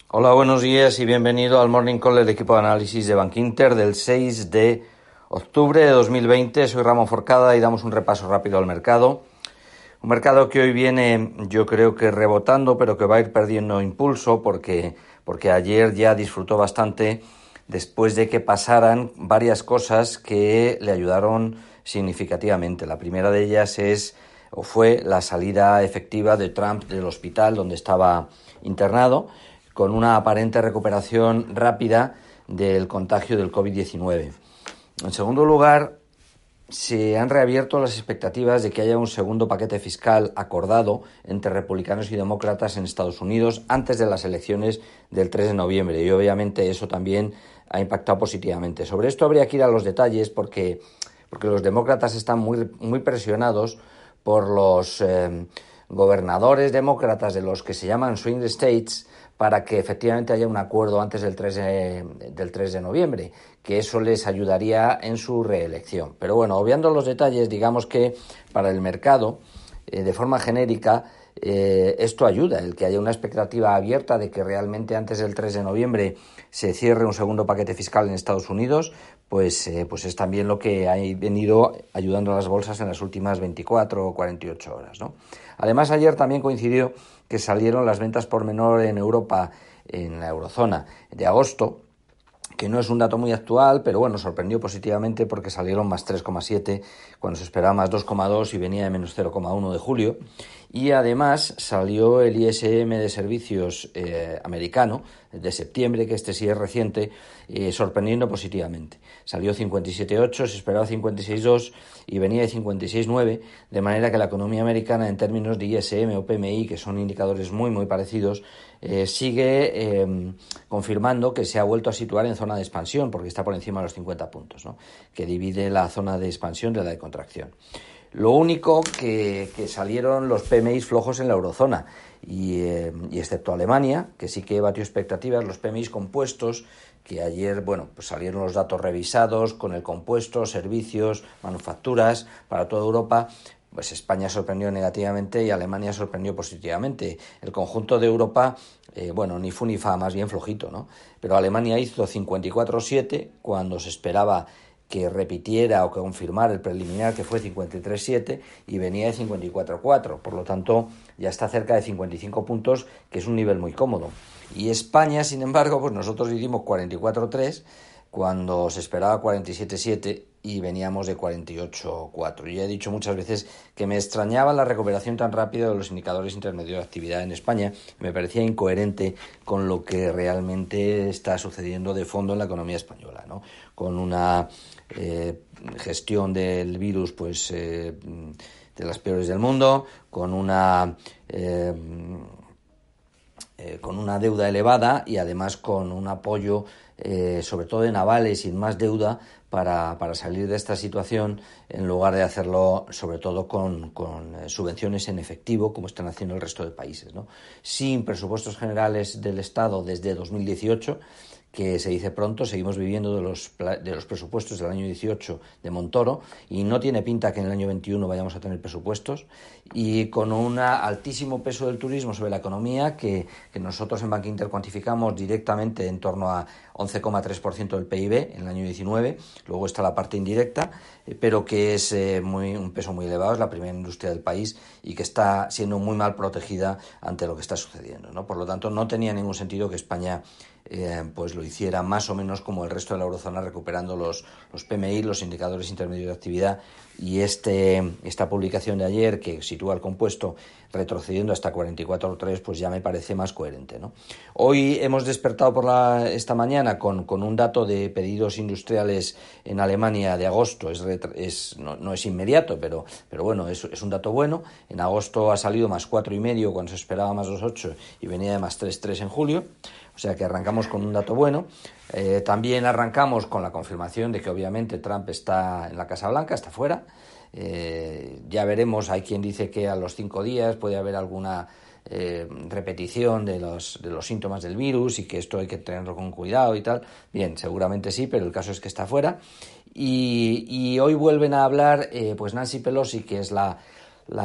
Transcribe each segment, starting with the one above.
Hola, buenos días y bienvenido al Morning Call del equipo de análisis de Bankinter del 6 de octubre de 2020. Soy Ramón Forcada y damos un repaso rápido al mercado. Un mercado que hoy viene, yo creo que rebotando, pero que va a ir perdiendo impulso porque ayer ya disfrutó bastante después de que pasaran varias cosas que le ayudaron significativamente. La primera de ellas fue la salida efectiva de Trump del hospital donde estaba internado, con una aparente recuperación rápida del contagio del COVID-19. En segundo lugar, se han reabierto las expectativas de que haya un segundo paquete fiscal acordado entre republicanos y demócratas en Estados Unidos antes de las elecciones del 3 de noviembre y obviamente eso también ha impactado positivamente. Sobre esto habría que ir a los detalles porque los demócratas están muy presionados por los gobernadores demócratas de los que se llaman swing states para que efectivamente haya un acuerdo antes del 3 de noviembre, que eso les ayudaría en su reelección. Pero bueno, obviando los detalles, digamos que para el mercado, de forma genérica, esto ayuda, el que haya una expectativa abierta de que realmente antes del 3 de noviembre se cierre un segundo paquete fiscal en Estados Unidos, pues es también lo que ha venido ayudando a las bolsas en las últimas 24 o 48 horas, ¿no? Además, ayer también coincidió que salieron las ventas por menor en Europa, en la eurozona, de agosto, que no es un dato muy actual, pero bueno, sorprendió positivamente porque salieron más 3,7 cuando se esperaba más 2,2 y venía de menos 0,1 de julio. Y además salió el ISM de servicios americano de septiembre, que este sí es reciente, sorprendiendo positivamente. Salió 57,8, se esperaba 56,2 y venía de 56,9, de manera que la economía americana en términos de ISM o PMI, que son indicadores muy parecidos, sigue confirmando que se ha vuelto a situar en zona de expansión, porque está por encima de los 50 puntos, ¿no? Que divide la zona de expansión de la de contracción. Lo único que salieron los PMIs flojos en la eurozona y excepto Alemania, que sí que batió expectativas, los PMIs compuestos, que ayer, bueno, pues salieron los datos revisados con el compuesto, servicios, manufacturas para toda Europa. Pues España sorprendió negativamente y Alemania sorprendió positivamente. El conjunto de Europa, bueno, ni fu ni fa, más bien flojito, ¿no? Pero Alemania hizo 54,7 cuando se esperaba que repitiera o que confirmara el preliminar, que fue 53,7 y venía de 54,4. Por lo tanto, ya está cerca de 55 puntos, que es un nivel muy cómodo. Y España, sin embargo, pues nosotros hicimos 44,3 cuando se esperaba 47,7 y veníamos de 48,4. Yo he dicho muchas veces que me extrañaba la recuperación tan rápida de los indicadores intermedios de actividad en España. Me parecía incoherente con lo que realmente está sucediendo de fondo en la economía española, ¿no? Con una gestión del virus pues de las peores del mundo, con una deuda elevada y además con un apoyo sobre todo de navales, sin más deuda para salir de esta situación, en lugar de hacerlo sobre todo con subvenciones en efectivo, como están haciendo el resto de países, ¿no? Sin presupuestos generales del Estado desde 2018, que se dice pronto, seguimos viviendo de los presupuestos del año 18 de Montoro y no tiene pinta que en el año 21 vayamos a tener presupuestos, y con un altísimo peso del turismo sobre la economía que nosotros en Bankinter cuantificamos directamente en torno a 11,3% del PIB en el año 19, luego está la parte indirecta, pero que es un peso muy elevado, es la primera industria del país y que está siendo muy mal protegida ante lo que está sucediendo, ¿no? Por lo tanto, no tenía ningún sentido que España pues lo hiciera más o menos como el resto de la eurozona, recuperando los PMI, los indicadores intermedios de actividad, y esta publicación de ayer que sitúa el compuesto retrocediendo hasta 44,3 pues ya me parece más coherente, ¿no? Hoy hemos despertado esta mañana con un dato de pedidos industriales en Alemania de agosto, no es inmediato, pero bueno, es un dato bueno. En agosto ha salido más 4,5 cuando se esperaba más 2,8 y venía de más 3,3 en julio. O sea que arrancamos con un dato bueno. También arrancamos con la confirmación de que obviamente Trump está en la Casa Blanca, está fuera. Ya veremos, hay quien dice que a los 5 días puede haber alguna repetición de los síntomas del virus y que esto hay que tenerlo con cuidado y tal. Bien, seguramente sí, pero el caso es que está fuera. Y hoy vuelven a hablar pues Nancy Pelosi, que es la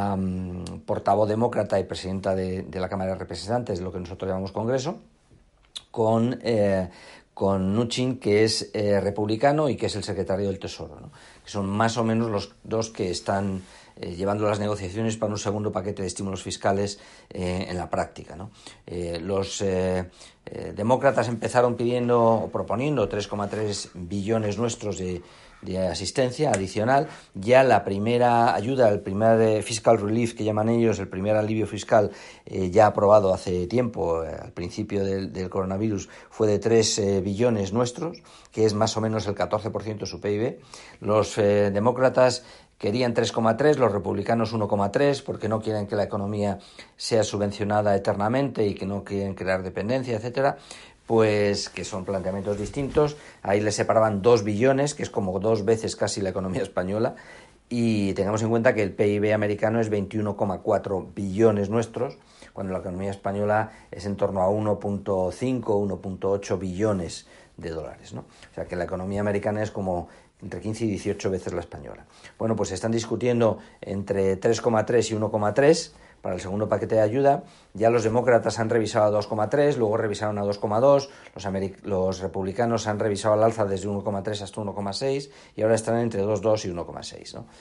portavoz demócrata y presidenta de la Cámara de Representantes, lo que nosotros llamamos Congreso. con Mnuchin, que es republicano y que es el secretario del Tesoro, ¿no? Que son más o menos los dos que están llevando las negociaciones para un segundo paquete de estímulos fiscales en la práctica, ¿no? Los demócratas empezaron pidiendo o proponiendo 3,3 billones nuestros de asistencia adicional. Ya la primera ayuda, el primer fiscal relief que llaman ellos, el primer alivio fiscal ya aprobado hace tiempo, al principio del coronavirus, fue de 3 billones nuestros, que es más o menos el 14% de su PIB. Los demócratas querían 3,3, los republicanos 1,3, porque no quieren que la economía sea subvencionada eternamente y que no quieren crear dependencia, etcétera. Pues que son planteamientos distintos. Ahí le separaban 2 billones, que es como 2 veces casi la economía española, y tengamos en cuenta que el PIB americano es 21,4 billones nuestros, cuando la economía española es en torno a 1,5, 1,8 billones de dólares, ¿no? O sea que la economía americana es como entre 15 y 18 veces la española. Bueno, pues se están discutiendo entre 3,3 y 1,3 para el segundo paquete de ayuda. Ya los demócratas han revisado a 2,3, luego revisaron a 2,2, los republicanos han revisado al alza desde 1,3 hasta 1,6 y ahora están entre 2,2 y 1,6, ¿no?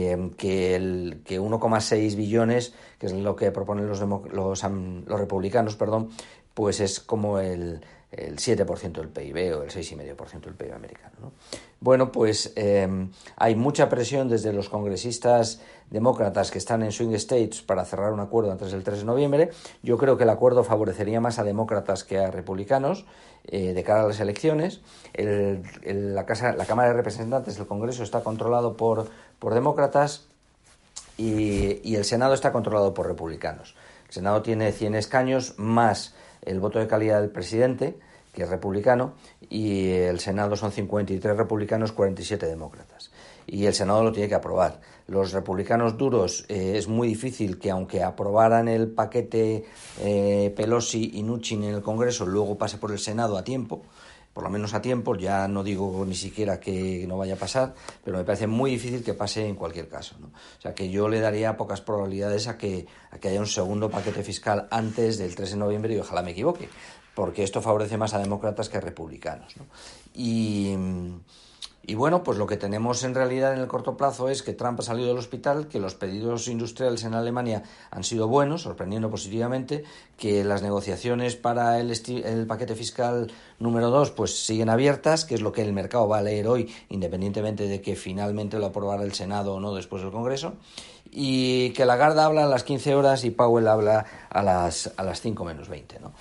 Que 1,6 billones, que es lo que proponen los republicanos, pues es como el 7% del PIB o el 6,5% del PIB americano, ¿no? Bueno, pues hay mucha presión desde los congresistas demócratas que están en swing states para cerrar un acuerdo antes del 3 de noviembre. Yo creo que el acuerdo favorecería más a demócratas que a republicanos de cara a las elecciones. La Cámara de Representantes del Congreso está controlado por demócratas y el Senado está controlado por republicanos. El Senado tiene 100 escaños más el voto de calidad del presidente, que es republicano, y el Senado son 53 republicanos, 47 demócratas. Y el Senado lo tiene que aprobar. Los republicanos duros es muy difícil que, aunque aprobaran el paquete Pelosi y Mnuchin en el Congreso, luego pase por el Senado a tiempo, por lo menos a tiempo. Ya no digo ni siquiera que no vaya a pasar, pero me parece muy difícil que pase en cualquier caso, ¿no? O sea que yo le daría pocas probabilidades a que haya un segundo paquete fiscal antes del 3 de noviembre y ojalá me equivoque, porque esto favorece más a demócratas que a republicanos, ¿no? Y bueno, pues lo que tenemos en realidad en el corto plazo es que Trump ha salido del hospital, que los pedidos industriales en Alemania han sido buenos, sorprendiendo positivamente, que las negociaciones para el paquete fiscal número 2 pues siguen abiertas, que es lo que el mercado va a leer hoy, independientemente de que finalmente lo aprobara el Senado o no después del Congreso, y que Lagarde habla a las 15 horas y Powell habla a las 5 menos 20, ¿no?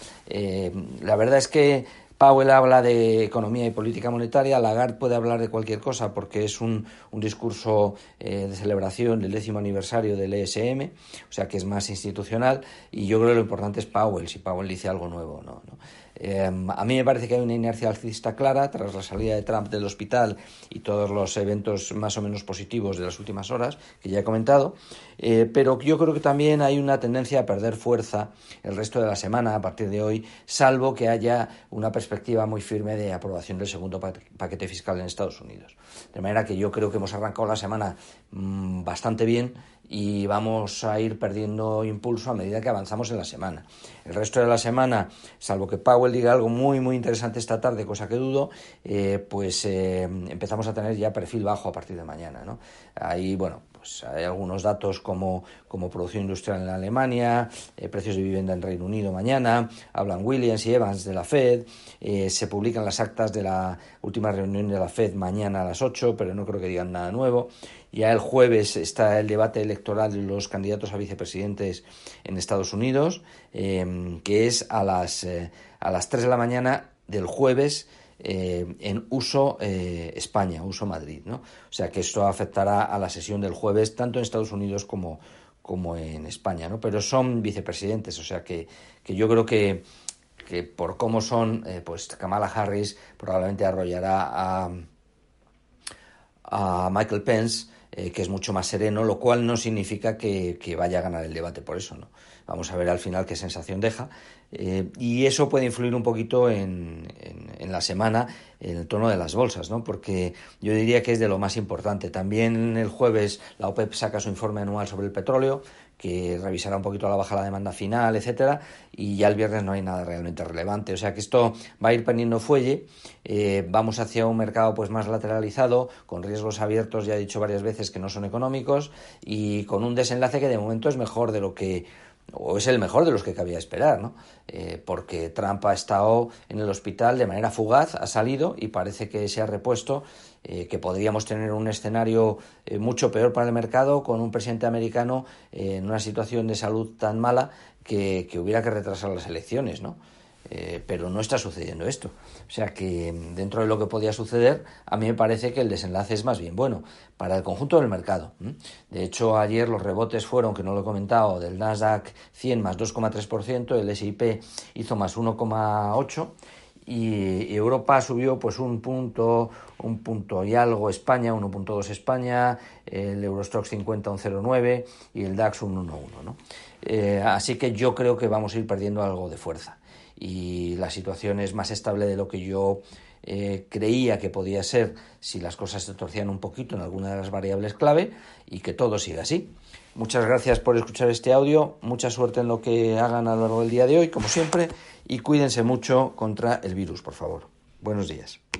La verdad es que Powell habla de economía y política monetaria, Lagarde puede hablar de cualquier cosa porque es un discurso de celebración del 10º aniversario del ESM, o sea que es más institucional, y yo creo que lo importante es Powell, si Powell dice algo nuevo o no, ¿no? A mí me parece que hay una inercia alcista clara tras la salida de Trump del hospital y todos los eventos más o menos positivos de las últimas horas que ya he comentado, pero yo creo que también hay una tendencia a perder fuerza el resto de la semana a partir de hoy, salvo que haya una perspectiva muy firme de aprobación del segundo paquete fiscal en Estados Unidos. De manera que yo creo que hemos arrancado la semana bastante bien y vamos a ir perdiendo impulso a medida que avanzamos en la semana. El resto de la semana, salvo que Powell diga algo muy muy interesante esta tarde, cosa que dudo, empezamos a tener ya perfil bajo a partir de mañana, ¿no? Ahí, bueno, pues hay algunos datos como producción industrial en Alemania, precios de vivienda en Reino Unido mañana, hablan Williams y Evans de la Fed, se publican las actas de la última reunión de la Fed mañana a las 8, pero no creo que digan nada nuevo. Ya el jueves está el debate electoral de los candidatos a vicepresidentes en Estados Unidos, que es a las 3 de la mañana del jueves, en uso España, uso Madrid, ¿no? O sea que esto afectará a la sesión del jueves tanto en Estados Unidos como en España, ¿no? Pero son vicepresidentes, o sea que yo creo que por cómo son, pues Kamala Harris probablemente arrollará a Michael Pence, que es mucho más sereno, lo cual no significa que vaya a ganar el debate por eso, ¿no? Vamos a ver al final qué sensación deja, y eso puede influir un poquito en la semana, el tono de las bolsas, ¿no? Porque yo diría que es de lo más importante. También el jueves la OPEP saca su informe anual sobre el petróleo, que revisará un poquito a la baja la demanda final, etcétera, y ya el viernes no hay nada realmente relevante. O sea que esto va a ir perdiendo fuelle, vamos hacia un mercado pues más lateralizado, con riesgos abiertos, ya he dicho varias veces que no son económicos, y con un desenlace que de momento es mejor de lo que o es el mejor de los que cabía esperar, ¿no? Porque Trump ha estado en el hospital de manera fugaz, ha salido y parece que se ha repuesto, que podríamos tener un escenario mucho peor para el mercado con un presidente americano en una situación de salud tan mala que hubiera que retrasar las elecciones, ¿no? Pero no está sucediendo esto. O sea que dentro de lo que podía suceder, a mí me parece que el desenlace es más bien bueno para el conjunto del mercado. De hecho, ayer los rebotes fueron, que no lo he comentado, del Nasdaq 100 más 2,3%, el S&P hizo más 1,8%, y Europa subió pues un punto y algo, España 1,2 España, el Eurostoxx 50 un 0,9 y el DAX un 1,1, ¿no? Así que yo creo que vamos a ir perdiendo algo de fuerza y la situación es más estable de lo que yo creía que podía ser si las cosas se torcían un poquito en alguna de las variables clave, y que todo siga así. Muchas gracias por escuchar este audio, mucha suerte en lo que hagan a lo largo del día de hoy, como siempre, y cuídense mucho contra el virus, por favor. Buenos días.